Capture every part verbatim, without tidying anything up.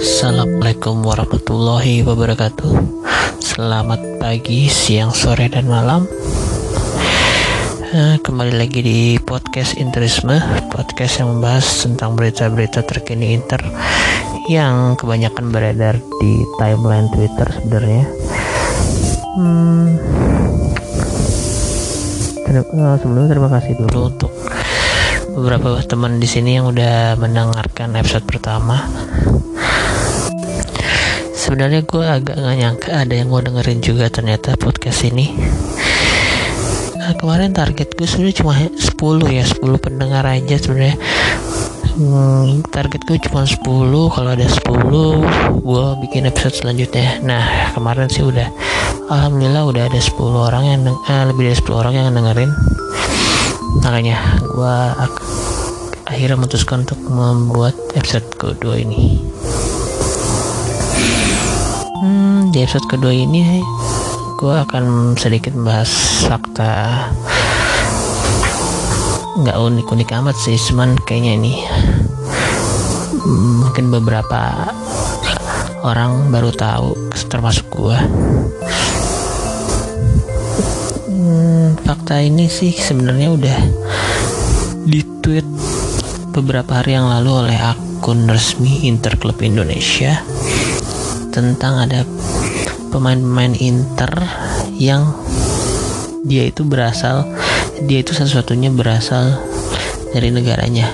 Assalamualaikum warahmatullahi wabarakatuh. Selamat pagi, siang, sore, dan malam. uh, Kembali lagi di podcast Interisme, podcast yang membahas tentang berita-berita terkini Inter yang kebanyakan beredar di timeline Twitter sebenarnya. hmm, uh, Sebelumnya terima kasih dulu untuk beberapa teman di sini yang udah mendengarkan episode pertama. Sebenarnya gue agak gak nyangka ada yang mau dengerin juga ternyata podcast ini. Nah, kemarin target gue sebenarnya cuma sepuluh ya, sepuluh pendengar aja sebenarnya. Hmm, target gue cuma sepuluh. Kalau ada sepuluh, gue bikin episode selanjutnya. Nah, kemarin sih udah, alhamdulillah udah ada sepuluh orang yang eh, lebih dari sepuluh orang yang dengerin. Makanya gue ak- akhirnya memutuskan untuk membuat episode kedua ini. Hmm, di episode kedua ini gue akan sedikit membahas fakta nggak unik-unik amat sih, cuman kayaknya ini hmm, mungkin beberapa orang baru tahu, termasuk gue. Hmm, fakta ini sih sebenarnya udah di-tweet beberapa hari yang lalu oleh akun resmi Inter Klub Indonesia tentang ada pemain-pemain Inter yang dia itu berasal dia itu satu-satunya berasal dari negaranya.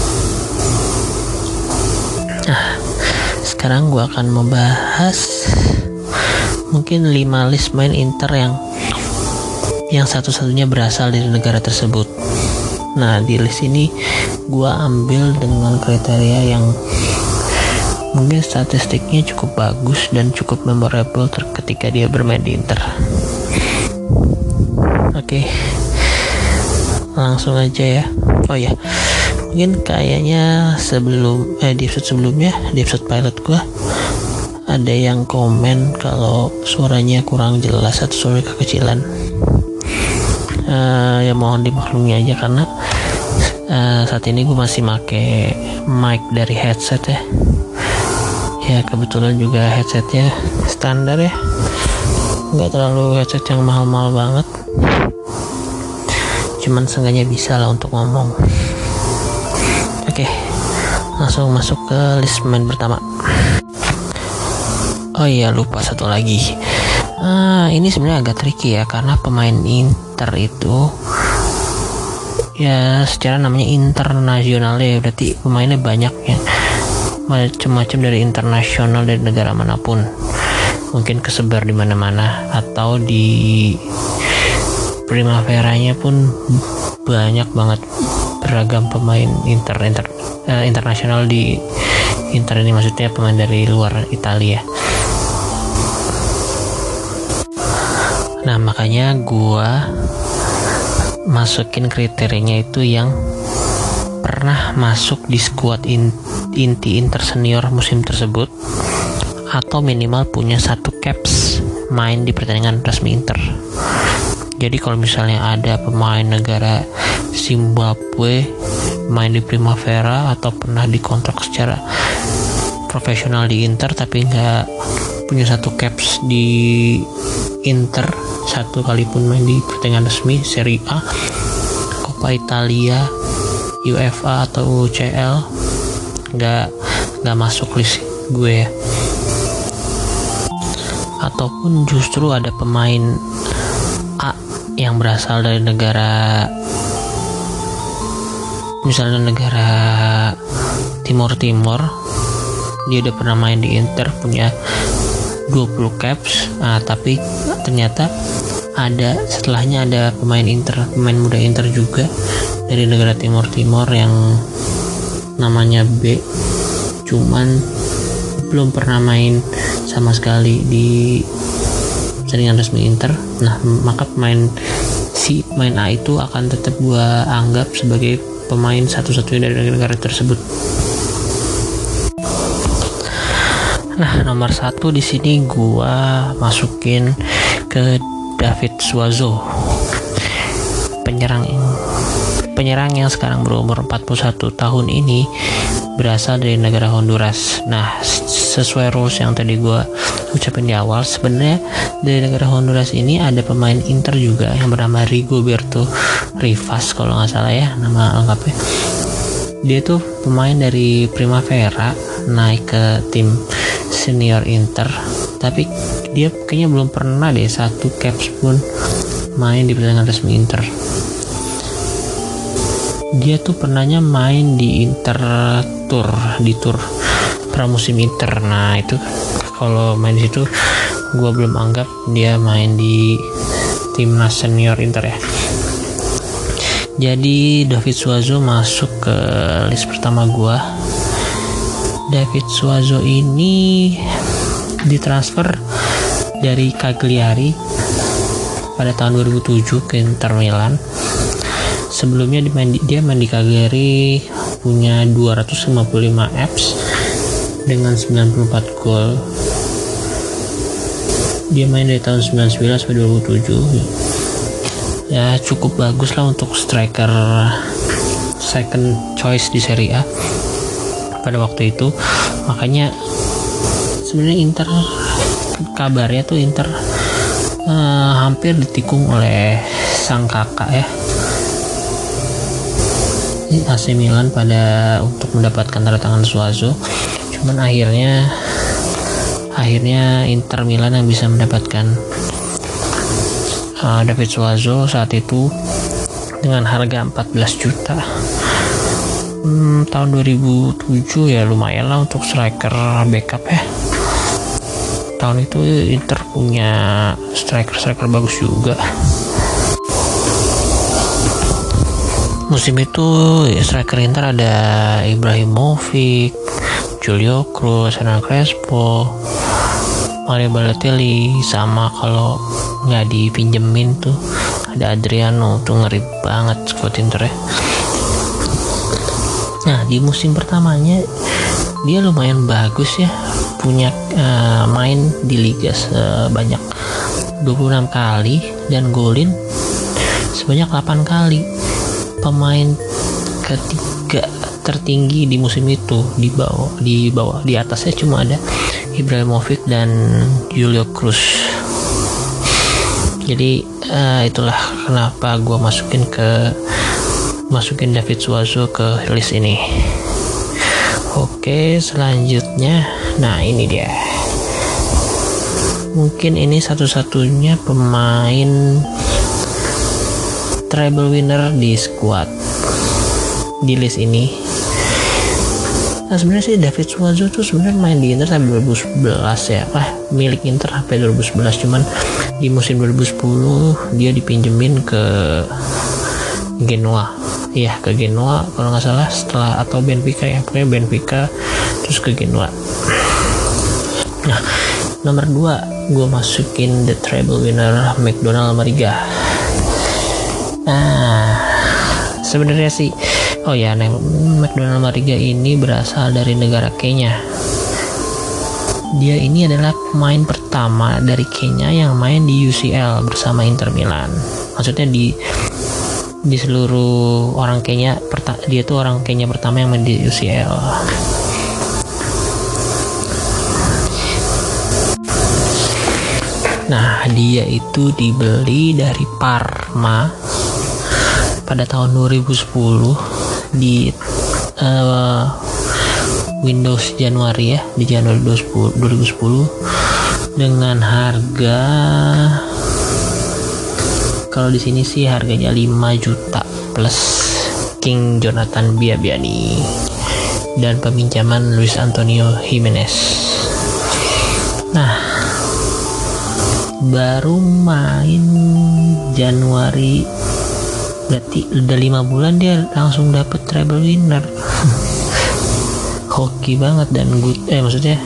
Nah, sekarang gue akan membahas mungkin lima list main Inter yang yang satu-satunya berasal dari negara tersebut. Nah, di list ini gue ambil dengan kriteria yang mungkin statistiknya cukup bagus dan cukup memorable ter- ketika dia bermain di Inter. Oke, langsung aja ya. Oh ya, mungkin kayaknya sebelum eh, di episode sebelumnya, di episode pilot gua ada yang komen kalau suaranya kurang jelas atau suara kekecilan. Uh, ya mohon dimaklumi aja karena uh, saat ini gue masih make mic dari headset ya. Ya kebetulan juga headsetnya standar ya, nggak terlalu headset yang mahal-mahal banget, cuman seenggaknya bisa lah untuk ngomong. Oke, langsung masuk ke list pemain pertama. Oh iya, lupa satu lagi. Ah, ini sebenarnya agak tricky ya, karena pemain Inter itu ya secara namanya internasional ya, berarti pemainnya banyak ya, macam-macam dari internasional dari negara manapun, mungkin kesebar di mana-mana, atau di Primaveranya pun banyak banget beragam pemain inter, inter uh, internasional di Inter ini, maksudnya pemain dari luar Italia. Nah, makanya gua masukin kriterianya itu yang pernah masuk di skuad in, inti Inter senior musim tersebut, atau minimal punya satu caps main di pertandingan resmi Inter. Jadi kalau misalnya ada pemain negara Zimbabwe main di Primavera atau pernah dikontrak secara profesional di Inter tapi nggak punya satu caps di Inter satu kali pun main di pertandingan resmi Serie A, Coppa Italia, UEFA atau U C L, nggak nggak masuk list gue ya. Ataupun justru ada pemain A yang berasal dari negara, misalnya negara Timur Timur, dia udah pernah main di Inter, punya dua puluh caps, nah, tapi ternyata ada setelahnya ada pemain Inter, pemain muda Inter juga dari negara Timur Timur yang namanya B, cuman belum pernah main sama sekali di pertandingan resmi Inter. Nah, maka pemain si pemain A itu akan tetap gua anggap sebagai pemain satu-satunya dari negara tersebut. Nah, nomor satu di sini gua masukin ke David Suazo, penyerang penyerang yang sekarang berumur empat puluh satu tahun ini berasal dari negara Honduras. Nah, sesuai rules yang tadi gue ucapin di awal, sebenarnya dari negara Honduras ini ada pemain Inter juga yang bernama Rigoberto Rivas kalau nggak salah ya nama lengkapnya. Dia tuh pemain dari Primavera naik ke tim senior Inter, tapi dia kayaknya belum pernah deh satu caps pun main di pertandingan resmi Inter. Dia tuh pernahnya main di Inter Tour, di tour pramusim Inter. Nah itu kalau main di situ gue belum anggap dia main di timnas senior Inter ya. Jadi David Suazo masuk ke list pertama gue. David Suazo ini ditransfer dari Cagliari pada tahun dua ribu tujuh ke Inter Milan. Sebelumnya dia main di, dia main di Cagliari, punya dua ratus lima puluh lima apps dengan sembilan puluh empat gol. Dia main dari tahun sembilan puluh sembilan sampai dua ribu tujuh. Ya cukup bagus lah untuk striker second choice di Serie A pada waktu itu. Makanya sebenarnya Inter, kabarnya tuh Inter uh, hampir ditikung oleh sang kakak ya, A C Milan pada untuk mendapatkan tanda tangan Suazo. Cuman akhirnya akhirnya Inter Milan yang bisa mendapatkan uh, David Suazo saat itu dengan harga empat belas juta. Hmm, tahun dua ribu tujuh ya lumayan lah untuk striker backup ya. Tahun itu Inter punya striker-striker bagus juga. Musim itu ya, striker Inter ada Ibrahimovic, Julio Cruz, Hernan Crespo, Mario Balotelli, sama kalau nggak dipinjemin tuh ada Adriano. Tuh ngeri banget squad Inter ya. Nah di musim pertamanya dia lumayan bagus ya, punya uh, main di liga sebanyak dua puluh enam kali dan golin sebanyak delapan kali. Pemain ketiga tertinggi di musim itu, di bawah di bawah di atasnya cuma ada Ibrahimovic dan Julio Cruz. Jadi uh, itulah kenapa gue masukin ke masukin David Suazo ke list ini. Oke, selanjutnya, nah ini dia. Mungkin ini satu-satunya pemain treble winner di squad di list ini. Nah sebenarnya sih David Suazo tuh sebenarnya main di Inter sampai dua ribu sebelas ya, lah milik Inter sampai dua ribu sebelas. Cuman di musim dua ribu sepuluh dia dipinjemin ke Genoa, iya ke Genoa kalau nggak salah, setelah atau Benfica ya, pokoknya Benfica terus ke Genoa. Nah nomor dua gue masukin the treble winner McDonald Mariga. Nah sebenarnya sih oh ya, nah, McDonald Mariga ini berasal dari negara Kenya. Dia ini adalah pemain pertama dari Kenya yang main di U C L bersama Inter Milan. Maksudnya di di seluruh orang Kenya, dia tuh orang Kenya pertama yang main di U C L. Nah dia itu dibeli dari Parma pada tahun dua ribu sepuluh di uh, Windows Januari ya, di Januari dua ribu sepuluh dengan harga, kalau di sini sih harganya lima juta plus King Jonathan Biabiani dan peminjaman Luis Antonio Jimenez. Nah baru main Januari, berarti udah lima bulan dia langsung dapet treble winner. Hoki banget dan good, eh maksudnya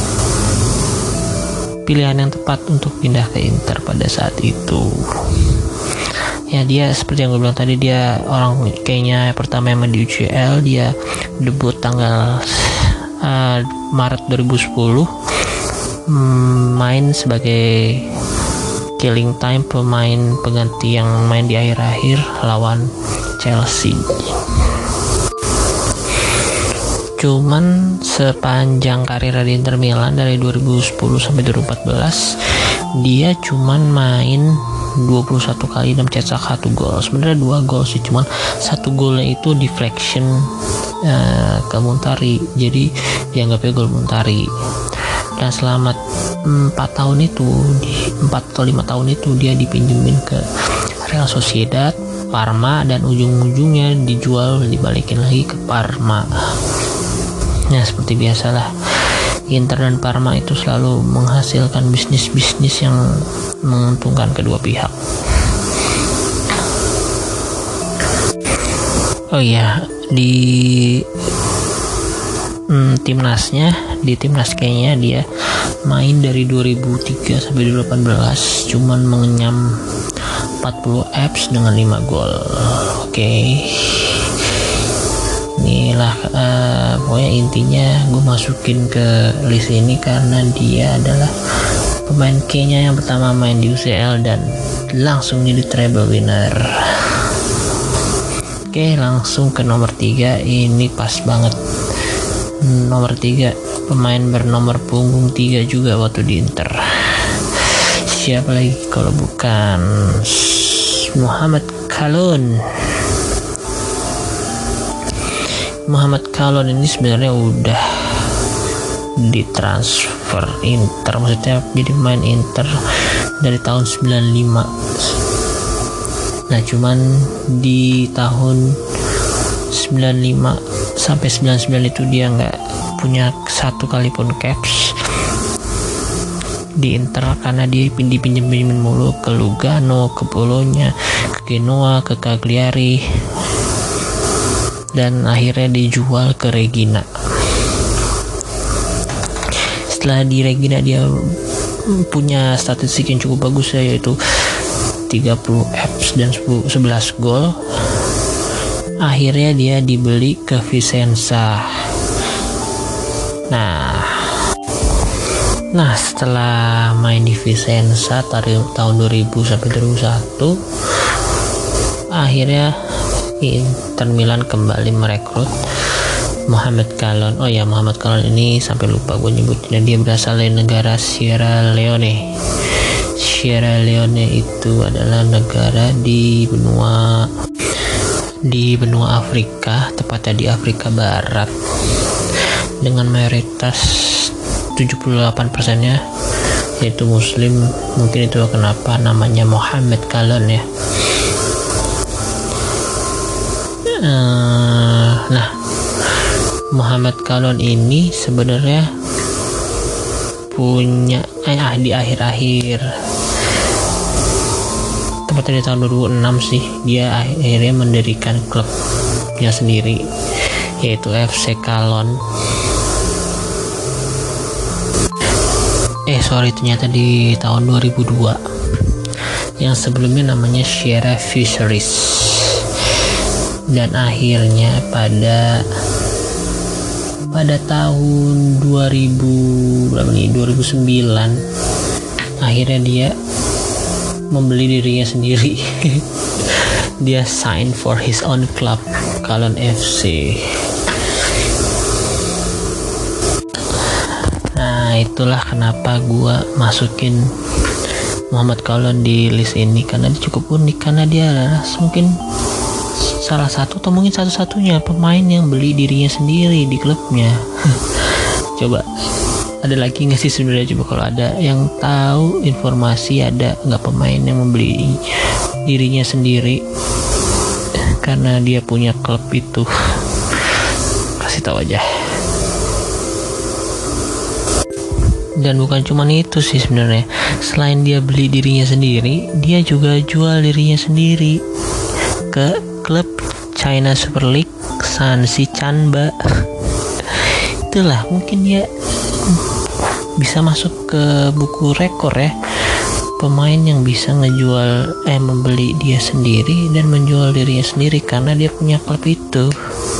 pilihan yang tepat untuk pindah ke Inter pada saat itu. Ya dia seperti yang gue bilang tadi, dia orang kayaknya pertama yang main di U C L. Dia debut tanggal uh, Maret dua ribu sepuluh, hmm, main sebagai killing time, pemain pengganti yang main di akhir-akhir lawan Chelsea. Cuman sepanjang karir di Inter Milan dari dua ribu sepuluh sampai dua ribu empat belas dia cuman main dua puluh satu kali dan cetak satu gol. Sebenarnya dua gol sih, cuman satu golnya itu deflection uh, ke Montari, jadi dianggapnya gol Montari. Dan selama empat tahun itu, empat atau lima tahun itu dia dipinjemin ke Real Sociedad, Parma, dan ujung-ujungnya dijual, dibalikin lagi ke Parma. Nah, seperti biasalah, Inter dan Parma itu selalu menghasilkan bisnis-bisnis yang menguntungkan kedua pihak. Oh iya, di hmm, timnasnya, di timnas Kenya dia main dari dua ribu tiga sampai dua ribu delapan belas, cuman mengenyam empat puluh apps dengan lima gol. Oke. Okay. Inilah uh, pokoknya intinya gue masukin ke list ini karena dia adalah pemain Kenya yang pertama main di U C L dan langsung jadi treble winner. Oke, langsung ke nomor tiga. Ini pas banget. Nomor tiga, pemain bernomor punggung tiga juga waktu di Inter. Siapa lagi kalau bukan Mohamed Kallon. Mohamed Kallon ini sebenarnya udah ditransfer Inter, maksudnya jadi pemain Inter dari tahun sembilan puluh lima. Nah, cuman di tahun sembilan puluh lima sampai sembilan puluh sembilan itu dia nggak punya satu kali pun caps di Inter karena dia dipinjem-pinjemin mulu ke Lugano, ke Bologna, ke Genoa, ke Cagliari, dan akhirnya dijual ke Regina. Setelah di Regina dia punya statistik yang cukup bagus, yaitu tiga puluh apps dan sebelas gol. Akhirnya dia dibeli ke Vicenza. Nah, nah setelah main di Vicenza dari tahun dua ribu sampai dua ribu satu, akhirnya Inter Milan kembali merekrut Mohamed Kallon. Oh ya, Mohamed Kallon ini sampai lupa gue nyebutnya, dia berasal dari negara Sierra Leone. Sierra Leone itu adalah negara di benua di benua Afrika, tepatnya di Afrika Barat, dengan mayoritas tujuh puluh delapan persennya yaitu Muslim. Mungkin itu kenapa namanya Mohamed Kallon ya. Uh, nah, Mohamed Kallon ini sebenarnya punya eh, ah, di akhir-akhir tepatnya di tahun dua ribu enam sih, dia akhirnya mendirikan klubnya sendiri yaitu F C Kallon. Eh sorry ternyata di tahun dua ribu dua, yang sebelumnya namanya Sierra Fisheries. Dan akhirnya pada pada tahun dua ribu berapa nih dua ribu sembilan akhirnya dia membeli dirinya sendiri. Dia sign for his own club, Kallon F C. Nah, itulah kenapa gua masukin Mohamed Kallon di list ini, karena dia cukup unik, karena dia adalah mungkin salah satu atau mungkin satu-satunya pemain yang beli dirinya sendiri di klubnya. Coba ada lagi nggak sih sebenarnya? Coba kalau ada yang tahu informasi, ada nggak pemain yang membeli dirinya sendiri karena dia punya klub itu? Kasih tahu aja. Dan bukan cuma itu sih sebenarnya, selain dia beli dirinya sendiri, dia juga jual dirinya sendiri ke klub China Super League Shanxi Chanba. Itulah mungkin dia bisa masuk ke buku rekor ya, pemain yang bisa ngejual eh membeli dia sendiri dan menjual dirinya sendiri karena dia punya klub itu.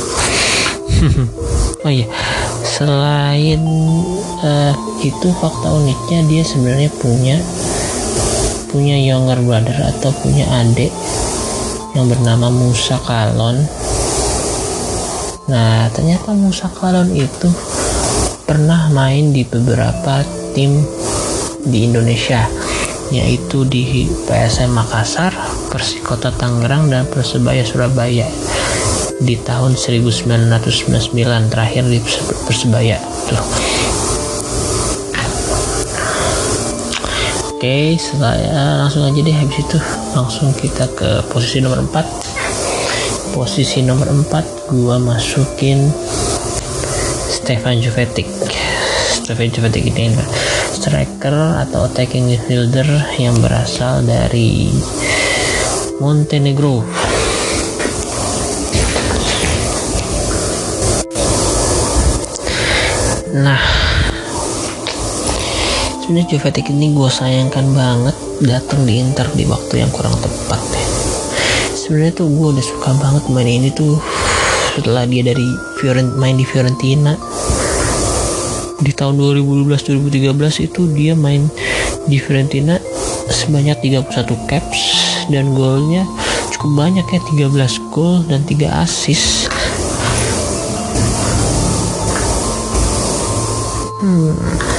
Oh iya, selain uh, itu fakta uniknya dia sebenarnya punya punya younger brother atau punya adik yang bernama Moussa Kalon. Nah, ternyata Moussa Kalon itu pernah main di beberapa tim di Indonesia, yaitu di P S M Makassar, Persikota Tangerang, dan Persebaya Surabaya di tahun seribu sembilan ratus sembilan puluh sembilan, terakhir di Persebaya tuh. Oke, saya langsung aja deh, habis itu langsung kita ke posisi nomor empat. Posisi nomor empat gua masukin Stefan Jovetic. Stefan Jovetic ini striker atau attacking midfielder yang berasal dari Montenegro. Nah, sebenarnya Jovetic ini gue sayangkan banget datang di Inter di waktu yang kurang tepat. Sebenarnya tuh gue udah suka banget main ini tuh setelah dia dari Fiorent main di Fiorentina di tahun dua ribu dua belas dua ribu tiga belas. Itu dia main di Fiorentina sebanyak tiga puluh satu caps dan golnya cukup banyak ya, tiga belas gol dan tiga assist. Hmm.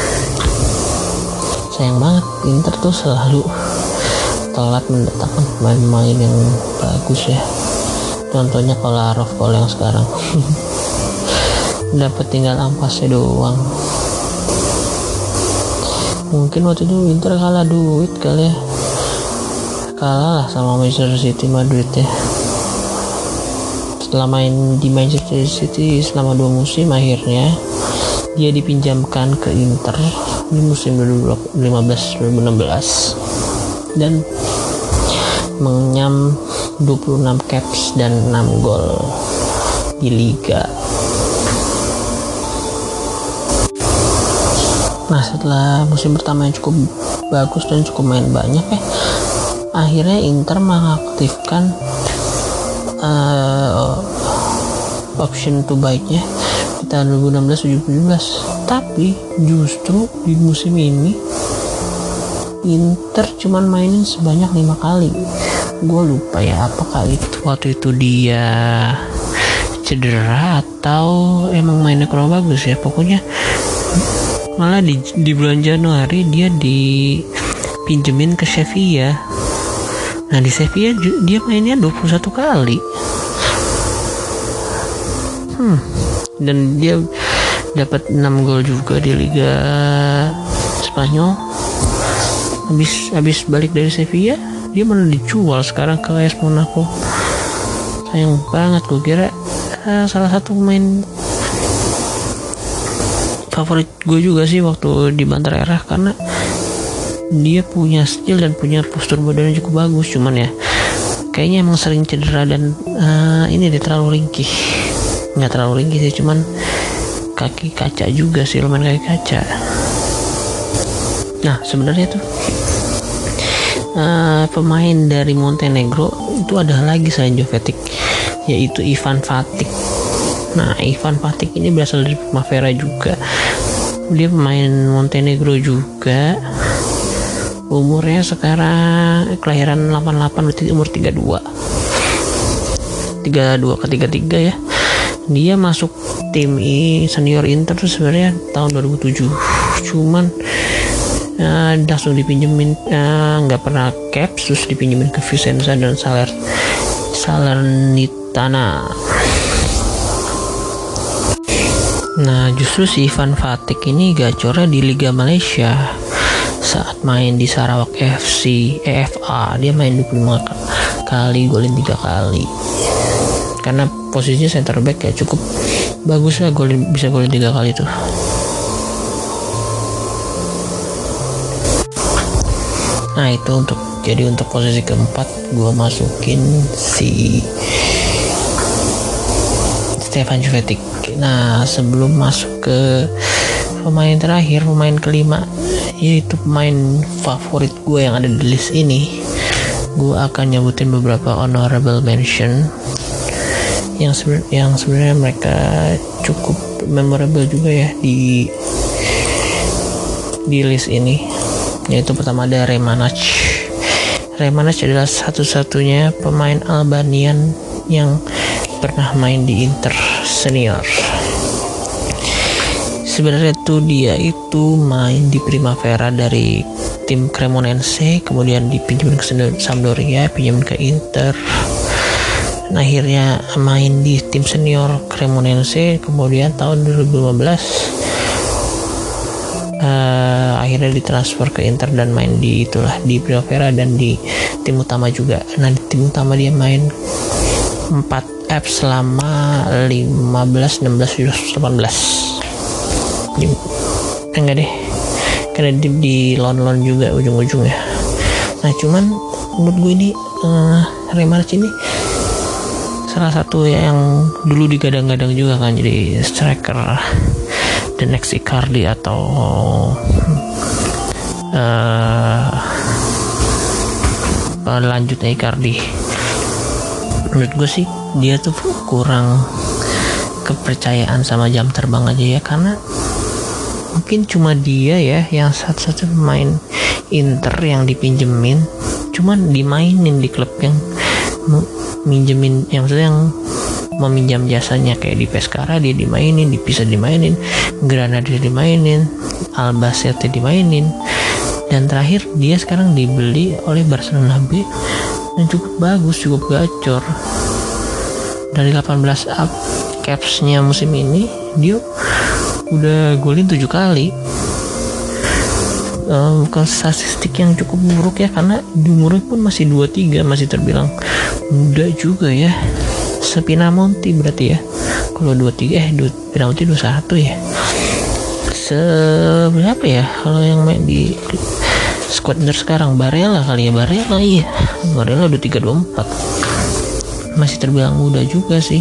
Sayang banget Inter tuh selalu telat mendatangkan pemain-pemain yang bagus ya. Contohnya Kolarov kalau yang sekarang dapat tinggal ampasnya doang. Mungkin waktu itu Inter kalah duit kali ya, kalah lah sama Manchester City Madrid ya. Setelah main di Manchester City selama dua musim, akhirnya dia dipinjamkan ke Inter di musim dua ribu lima belas dua ribu enam belas dan mengenyam dua puluh enam caps dan enam gol di liga. Nah, setelah musim pertama yang cukup bagus dan cukup main banyak ya, akhirnya Inter mengaktifkan uh, option to buy-nya di tahun dua ribu enam belas dua ribu tujuh belas. Tapi justru di musim ini Inter cuman mainin sebanyak lima kali. Gue lupa ya, apakah itu waktu itu dia cedera atau emang mainnya kurang bagus ya. Pokoknya malah di, di bulan Januari dia dipinjemin ke Sevilla. Nah, di Sevilla dia mainnya dua puluh satu kali. Hmm. Dan dia dapat enam gol juga di Liga Spanyol. Habis habis balik dari Sevilla, dia malah dijual sekarang ke A S Monaco. Sayang banget, gue kira uh, salah satu pemain favorit gue juga sih waktu di Banter Erah, karena dia punya skill dan punya postur badannya cukup bagus. Cuman ya kayaknya emang sering cedera dan uh, ini dia terlalu ringkih. Nggak terlalu ringkih sih, cuman kaki kaca juga sih, lumayan kaki kaca. Nah, sebenarnya tuh uh, pemain dari Montenegro itu ada lagi selain Jovetic, yaitu Ivan Fatic. Nah, Ivan Fatic ini berasal dari Primavera juga. Dia pemain Montenegro juga. Umurnya sekarang kelahiran delapan puluh delapan, berarti umur tiga puluh dua. tiga puluh dua ke tiga puluh tiga ya. Dia masuk tim senior Inter tuh sebenarnya tahun dua ribu tujuh. Cuman uh, langsung dipinjemin, nggak uh, pernah caps, terus dipinjemin ke Vicenza dan Saler Salernitana. Nah, justru si Ivan Fatic ini gacornya di Liga Malaysia saat main di Sarawak F C E F A. Dia main dua puluh lima kali, golin tiga kali. Karena posisinya center back ya cukup bagus lah, golin, bisa golin tiga kali tuh. Nah, itu untuk jadi untuk posisi keempat gue masukin si Stefan Jovetic. Nah, sebelum masuk ke pemain terakhir, pemain kelima, yaitu pemain favorit gue yang ada di list ini, gue akan nyebutin beberapa honorable mention yang seben- yang sebenarnya mereka cukup memorable juga ya di di list ini. Yaitu pertama ada Remanac. Remanec adalah satu-satunya pemain Albanian yang pernah main di Inter senior. Sebenarnya tuh dia itu main di Primavera dari tim Cremonense, kemudian dipinjemin ke Sampdoria, pinjemin ke Inter. Nah, akhirnya main di tim senior Cremonense, kemudian tahun dua ribu lima belas uh, akhirnya ditransfer ke Inter dan main di itulah di Primavera dan di tim utama juga. Nah, di tim utama dia main empat F selama lima belas, enam belas, tujuh belas, delapan belas. Di, enggak deh, karena di, di lon-lon juga ujung-ujungnya. Nah, cuman menurut gue ini uh, Remanec ini salah satu yang dulu digadang-gadang juga kan jadi striker the next Icardi atau uh, lanjutnya Icardi. Menurut gue sih dia tuh kurang kepercayaan sama jam terbang aja ya, karena mungkin cuma dia ya yang satu-satu pemain Inter yang dipinjemin, cuman dimainin di klub yang minjemin, yang maksudnya yang meminjam jasanya. Kayak di Pescara dia dimainin, di Pisa dimainin, Granada dimainin, Albacete dimainin, dan terakhir dia sekarang dibeli oleh Barcelona B dan cukup bagus, cukup gacor. Dari delapan belas up capsnya musim ini dia udah golin tujuh kali. Um, bukan statistik yang cukup buruk ya, karena di umurnya pun masih dua puluh tiga, masih terbilang muda juga ya. Sepinamonti berarti ya. Kalau dua puluh tiga eh Pinamonti dua puluh satu ya. Seberapa ya kalau yang main di squad sekarang? Barella kali ya, Barella iya. Barella udah tiga dua empat. Masih terbilang muda juga sih.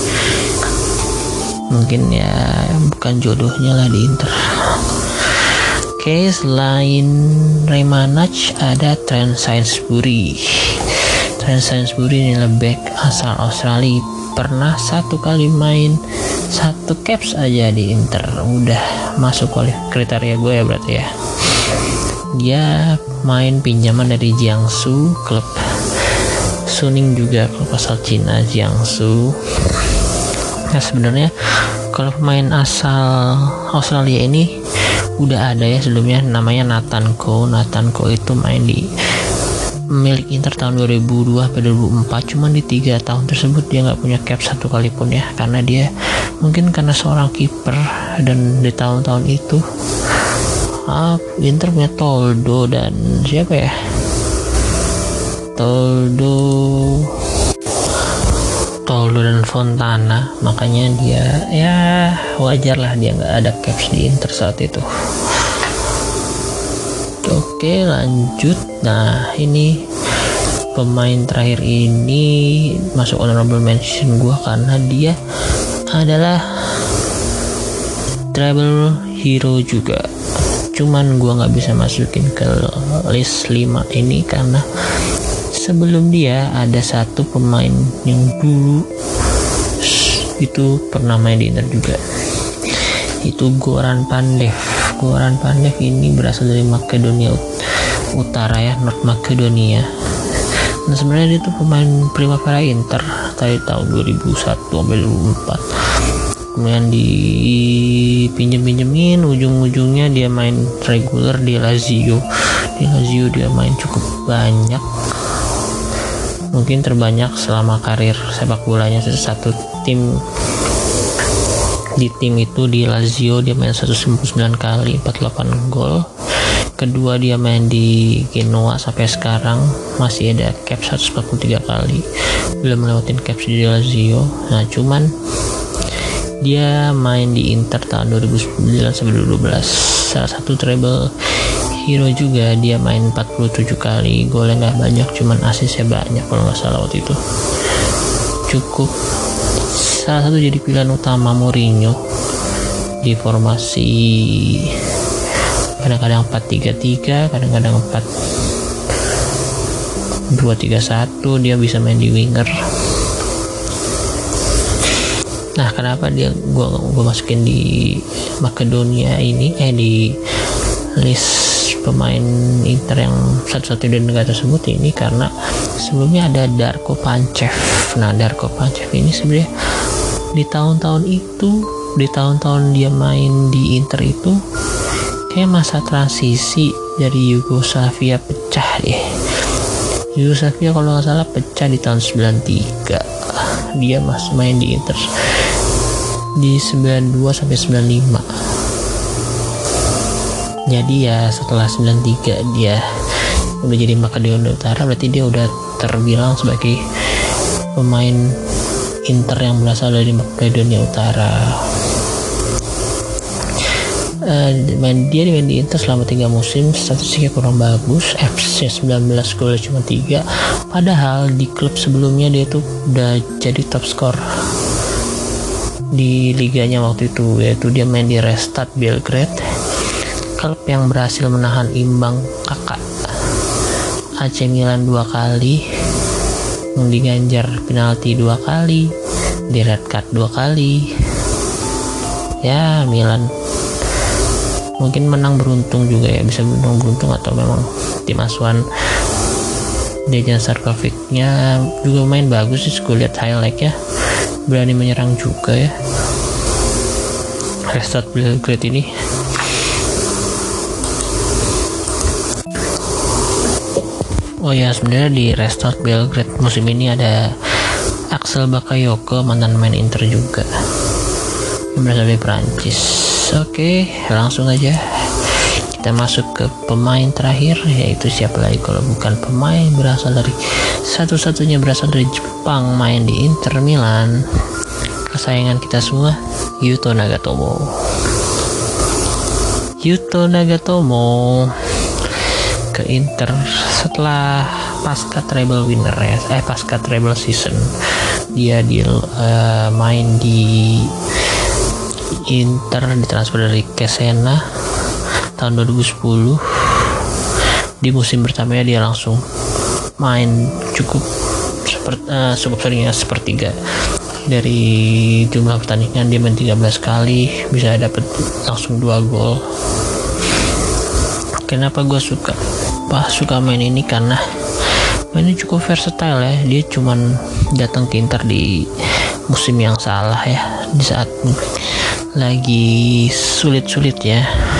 Mungkin ya bukan jodohnya lah di Inter. Oke, selain Remanec ada Trent Sainsbury. Trent Sainsbury ini back asal Australia, pernah satu kali main satu caps aja di Inter, udah masuk kriteria gue ya berarti ya. Dia main pinjaman dari Jiangsu, klub Suning juga, klub asal Cina Jiangsu. Nah, sebenarnya kalau pemain asal Australia ini udah ada ya sebelumnya, namanya Nathan Coe. Nathan Coe itu main di milik Inter tahun dua ribu dua sampai dua ribu empat, cuman di tiga tahun tersebut dia nggak punya cap satu kali pun ya, karena dia mungkin karena seorang kiper. Dan di tahun-tahun itu ah, Inter punya Toldo dan siapa ya Toldo Toldo dan Fontana, makanya dia ya wajar lah dia nggak ada caps di Inter saat itu. Oke, lanjut. Nah, ini pemain terakhir ini masuk honorable mention gua karena dia adalah treble hero juga. Cuman gua nggak bisa masukin ke list lima ini karena sebelum dia ada satu pemain yang dulu itu pernah main di Inter juga, itu Goran Pandev. Goran Pandev ini berasal dari Makedonia Utara ya, North Makedonia. Nah, sebenarnya dia tuh pemain Primavera Inter dari tahun dua ribu satu sampai dua ribu empat. Kemudian dipinjem-pinjemin, ujung-ujungnya dia main reguler di Lazio. Di Lazio dia main cukup banyak, mungkin terbanyak selama karir sepak bolanya. Satu tim di tim itu di Lazio dia main seratus sembilan puluh sembilan kali, empat puluh delapan gol. Kedua dia main di Genoa sampai sekarang masih ada cap seratus empat puluh tiga kali, belum melewatin caps di Lazio. Nah, cuman dia main di Inter tahun dua ribu sembilan sampai dua ribu dua belas, salah satu treble hero juga. Dia main empat puluh tujuh kali, golnya nggak banyak, cuman asisnya banyak kalau nggak salah waktu itu. Cukup salah satu jadi pilihan utama Mourinho di formasi kadang-kadang empat tiga tiga, kadang-kadang empat dua tiga satu. Dia bisa main di winger. Nah, kenapa dia gua gua masukin di Makedonia ini eh di list pemain Inter yang satu-satunya di negara tersebut ini karena sebelumnya ada Darko Pančev. Nah, Darko Pančev ini sebenarnya di tahun-tahun itu, di tahun-tahun dia main di Inter itu kayak masa transisi dari Yugoslavia pecah deh. Yugoslavia kalau nggak salah pecah di tahun sembilan tiga. Dia masih main di Inter di sembilan dua sampai sembilan lima. Jadi ya setelah sembilan tiga dia udah jadi Makedonia Utara, berarti dia udah terbilang sebagai pemain Inter yang berasal dari Makedonia Utara. Uh, main dia main di Inter selama tiga musim, statistiknya kurang bagus, F C sembilan belas gol cuma tiga, padahal di klub sebelumnya dia tuh udah jadi top skor di liganya waktu itu, yaitu dia main di Red Start Belgrade, klub yang berhasil menahan imbang kakak A C Milan dua kali, diganjar penalti dua kali, di red card dua kali. Ya, Milan mungkin menang beruntung juga ya, bisa menang beruntung atau memang tim asuhan Dejan Sarkovic-nya juga main bagus sih, gue lihat highlight ya, berani menyerang juga ya Red Start Belgrade ini. Oh ya, sebenarnya di Red Start Belgrade musim ini ada Axel Bakayoko, mantan main Inter juga yang berasal dari Prancis. Oke, langsung aja kita masuk ke pemain terakhir, yaitu siapa lagi kalau bukan pemain berasal dari satu-satunya berasal dari Jepang, main di Inter Milan, kesayangan kita semua, Yuto Nagatomo. Yuto Nagatomo ke Inter setelah pasca treble winner ya, eh pasca treble season dia di uh, main di Inter, ditransfer dari Cesena tahun dua ribu sepuluh. Di musim pertamanya dia langsung main cukup seperti uh, cukup seringnya sepertiga dari jumlah pertandingan. Dia main tiga belas kali, bisa dapat langsung dua gol. Kenapa gue suka pas suka main ini, karena mainnya cukup versatile ya. Dia cuman datang ke Inter di musim yang salah ya, di saat lagi sulit-sulit ya.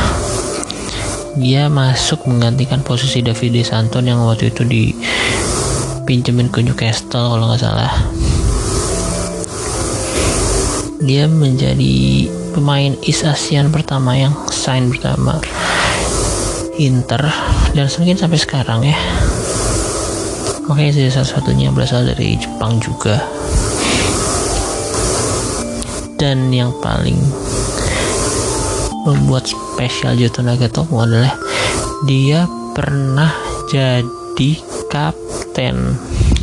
Dia masuk menggantikan posisi Davide Santon yang waktu itu dipinjemin ke Newcastle kalau nggak salah. Dia menjadi pemain East Asian pertama yang sign pertama Inter, dan mungkin sampai sekarang ya. Oke, jadi salah satunya berasal dari Jepang juga. Dan yang paling membuat spesial Yuto Nagatomo adalah dia pernah jadi kapten.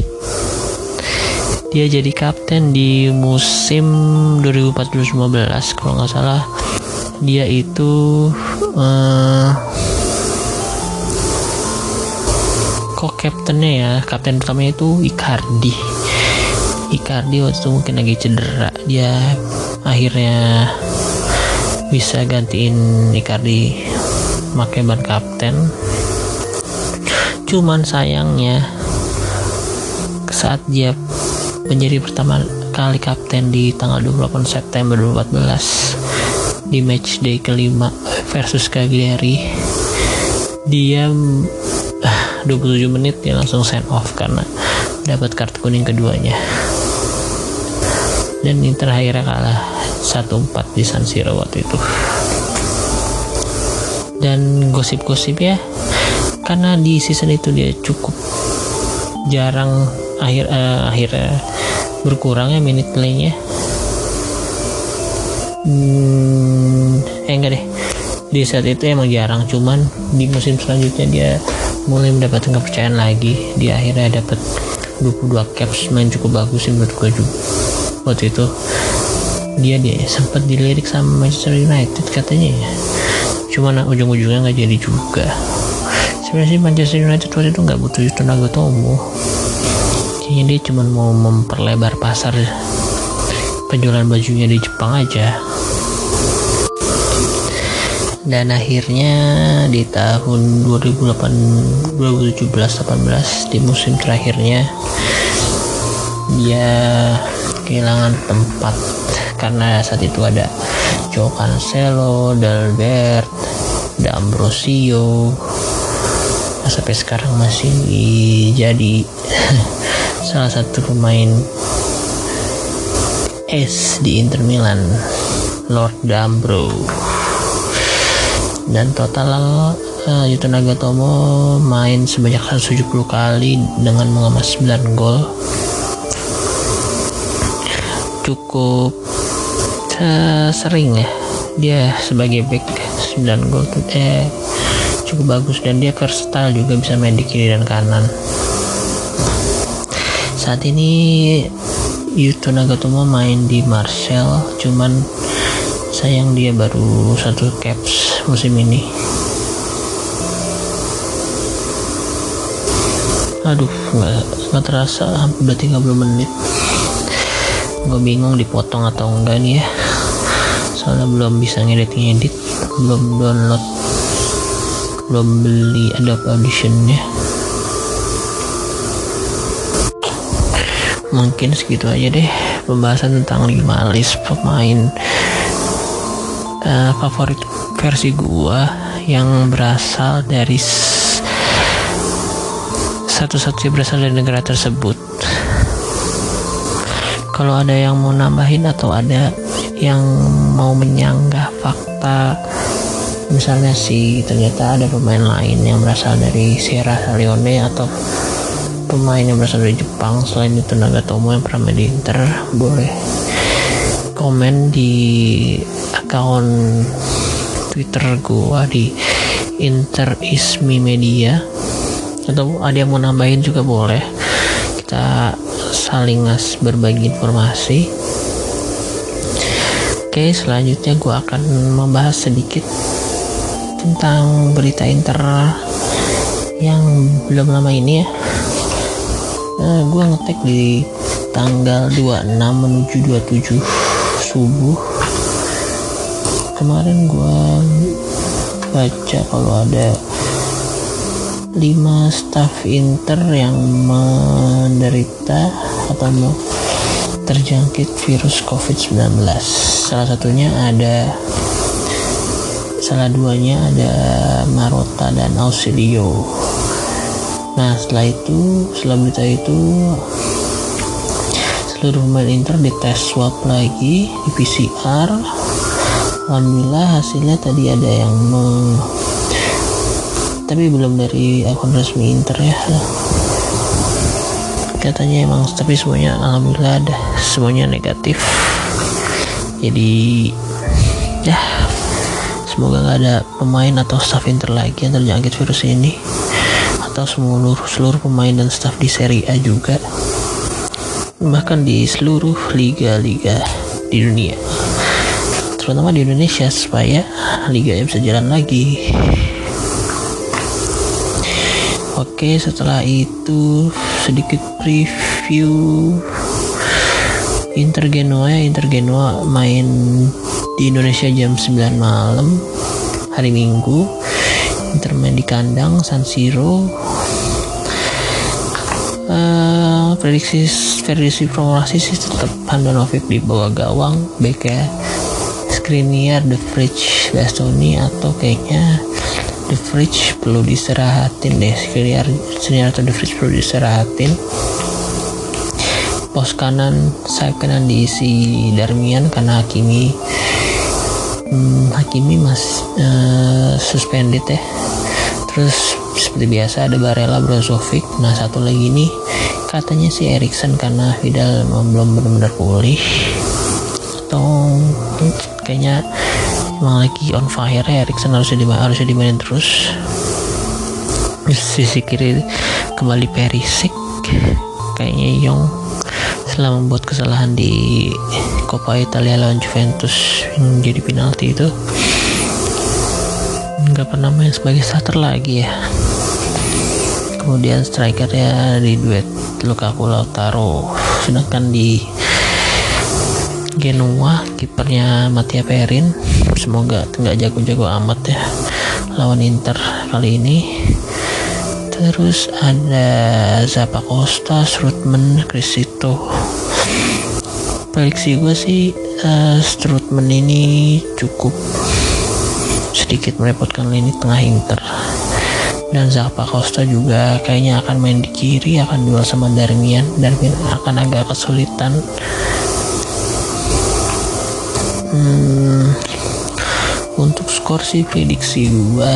Dia jadi kapten di musim dua ribu empat belas lima belas kalau nggak salah. Dia itu uh, co-kaptennya ya, kapten pertamanya itu Icardi. Icardi waktu itu mungkin lagi cedera, dia akhirnya bisa gantiin Icardi pakai ban kapten. Cuman sayangnya saat dia menjadi pertama kali kapten di tanggal dua puluh delapan September dua ribu empat belas di match day kelima versus Cagliari, dia dua puluh tujuh menit dia langsung send off karena dapat kartu kuning keduanya, dan Inter akhirnya kalah satu empat di San Siro waktu itu. Dan gosip-gosip ya, karena di season itu dia cukup jarang akhir uh, akhirnya berkurang ya minute playnya. Hmm, eh enggak deh, di saat itu emang jarang, cuman di musim selanjutnya dia mulai mendapatkan kepercayaan lagi. Dia akhirnya dapat dua puluh dua caps, main cukup bagus sih menurut gue juga. Waktu itu dia dia sempat dilirik sama Manchester United katanya ya, cuman ujung-ujungnya nggak jadi juga. Sebenarnya sih Manchester United waktu itu nggak butuh Yuto Nagatomo, kayaknya dia cuma mau memperlebar pasar penjualan bajunya di Jepang aja. Dan akhirnya di tahun dua ribu delapan, dua ribu tujuh belas delapan belas di musim terakhirnya dia kehilangan tempat karena saat itu ada Joe Cancelo, Dalbert, D'Ambrosio. Nah, sampai sekarang masih jadi salah satu pemain es di Inter Milan, Lord D'Ambro. Dan total uh, Yuto Nagatomo main sebanyak seratus tujuh puluh kali dengan mengemas sembilan gol. Cukup uh, sering ya dia sebagai back, sembilan gol eh cukup bagus, dan dia versatile juga, bisa main di kiri dan kanan. Saat ini Yuto Nagatomo main di Marseille, cuman sayang dia baru satu caps musim ini. Aduh, nggak nggak terasa hampir udah tiga puluh menit. Gue bingung dipotong atau enggak nih ya, soalnya belum bisa ngedit-ngedit, belum download, belum beli Adobe Audition-nya. Mungkin segitu aja deh pembahasan tentang lima list pemain uh, favorit versi gua yang berasal dari s- satu-satunya berasal dari negara tersebut. Kalau ada yang mau nambahin atau ada yang mau menyanggah fakta, misalnya sih ternyata ada pemain lain yang berasal dari Sierra Leone atau pemain yang berasal dari Jepang selain itu Nagatomo yang pernah main di Inter, boleh komen di akun Twitter gua di Interismi Media, atau ada yang mau nambahin juga boleh, kita saling ngas berbagi informasi. Oke, selanjutnya gua akan membahas sedikit tentang berita Inter yang belum lama ini ya. Nah, gue ngetek di tanggal dua puluh enam menuju dua puluh tujuh subuh. Kemarin gue baca kalau ada lima staf Inter yang menderita atau terjangkit virus covid sembilan belas. Salah satunya ada salah duanya ada Marotta dan Ausilio. Nah, setelah itu, setelah berita itu, seluruh pemain Inter dites swab lagi di P C R. Alhamdulillah hasilnya tadi ada yang me... tapi belum dari akun resmi Inter ya. Katanya emang, tapi semuanya alhamdulillah ada, semuanya negatif. Jadi ya, semoga nggak ada pemain atau staff Inter lagi yang terjangkit virus ini, atau seluruh seluruh pemain dan staf di Serie A juga, bahkan di seluruh liga-liga di dunia, terutama di Indonesia, supaya liganya bisa jalan lagi. Oke, setelah itu sedikit preview Inter Genoa. Inter Genoa main di Indonesia jam sembilan malam hari Minggu. Inter main di kandang San Siro. Uh, prediksi prediksi promosi sih tetap Handanovic di bawah gawang, backnya Skriniar, De Vrij, Bastoni, atau kayaknya De Vrij perlu diserahatin deh. Skriniar, Skriniar atau De Vrij perlu diserahatin. Pos kanan, sayap kanan diisi Darmian karena Hakimi hmm, Hakimi masih uh, suspended ya. Terus seperti biasa ada Barella, Brozovic. Nah, satu lagi nih katanya si Eriksen karena Vidal belum benar-benar pulih, atau kayaknya emang lagi on fire ya Eriksen, harusnya dimain, harusnya dimainin terus. Sisi kiri kembali Perisic, kayaknya Young setelah membuat kesalahan di Coppa Italia lawan Juventus yang jadi penalti itu nggak pernah main sebagai starter lagi ya. Kemudian strikernya di duet Lukaku Lautaro, sedangkan di Genoa kipernya Mattia Perin, semoga nggak jago-jago amat ya lawan Inter kali ini. Terus ada Zappacosta, Strootman, Criscito. Prediksi gue sih uh, Strootman ini cukup sedikit merepotkan lini tengah Inter, dan Zappacosta juga kayaknya akan main di kiri, akan duel sama Darmian. Darmian akan agak kesulitan. Hmm, untuk skor sih prediksi gue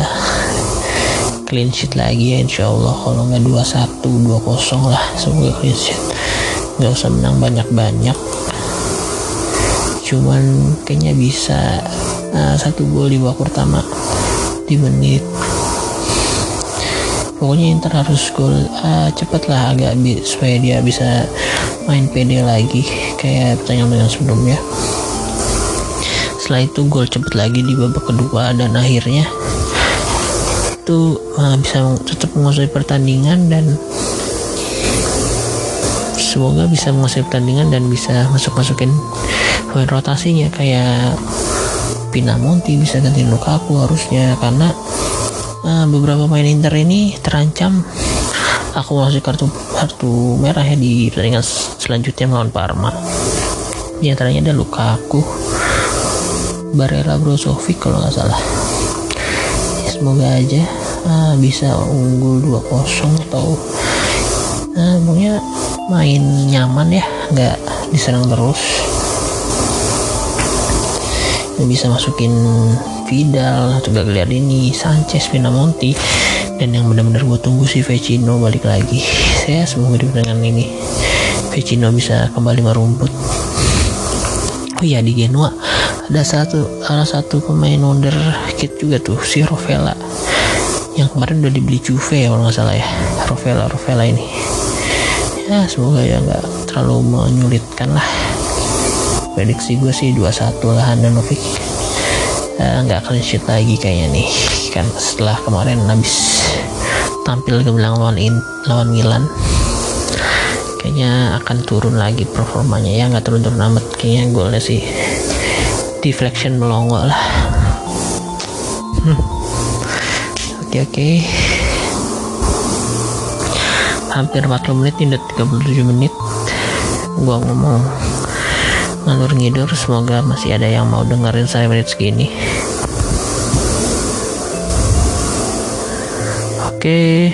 clean sheet lagi ya insyaallah, kalau nggak dua satu dua kosong lah, semoga clean sheet, nggak usah menang banyak-banyak, cuman kayaknya bisa uh, satu gol di babak pertama di menit. Pokoknya Inter harus gol uh, cepat lah agak bi- supaya dia bisa main pede lagi kayak pertandingan sebelumnya. Setelah itu gol cepat lagi di babak kedua, dan akhirnya itu uh, bisa tetap menguasai pertandingan, dan semoga bisa menguasai pertandingan dan bisa masuk-masukin poin rotasinya kayak Pinamonti bisa gantiin Lukaku harusnya, karena uh, beberapa pemain Inter ini terancam akumulasi kartu kartu merah ya di pertandingan selanjutnya melawan Parma. Di antaranya ada Lukaku, Barella, Brozovic kalau nggak salah. Semoga aja uh, bisa unggul dua kosong atau uh, pokoknya main nyaman ya, nggak diserang terus. Bisa masukin Vidal atau Gagliardini, Sanchez, Pinamonti, dan yang benar-benar gue tunggu si Vecino balik lagi. Saya semoga di pertandingan ini Vecino bisa kembali merumput. Oh iya, di Genoa ada satu salah satu pemain wonderkid juga tuh, si Rovella, yang kemarin udah dibeli Juve ya kalau nggak salah ya. Rovella Rovella ini ya semoga ya nggak terlalu menyulitkan lah. Prediksi gue sih dua satu lah Handanovic, nggak uh, clean sheet lagi kayaknya nih, kan setelah kemarin habis tampil gemilang lawan in, lawan Milan, kayaknya akan turun lagi performanya ya, nggak turun-turun amat kayaknya. Golnya sih deflection melongo lah. hmm. Oke oke hampir empat puluh menit, ini udah tiga puluh tujuh menit gua ngomong ngalur ngidur. Semoga masih ada yang mau dengerin saya menit segini. Oke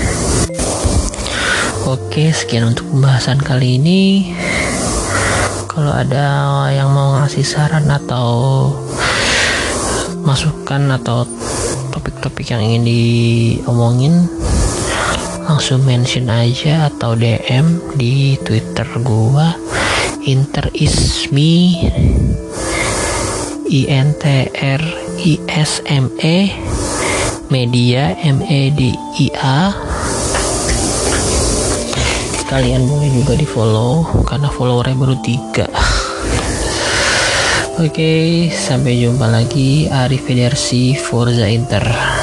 Oke sekian untuk pembahasan kali ini. Kalau ada yang mau ngasih saran atau masukan atau topik-topik yang ingin diomongin, langsung mention aja atau D M di Twitter gua Inter Isme, I N T R I S M E Media, M E D I A. Kalian boleh juga di follow karena followernya baru tiga. Oke, sampai jumpa lagi. Arrivederci, Forza Inter.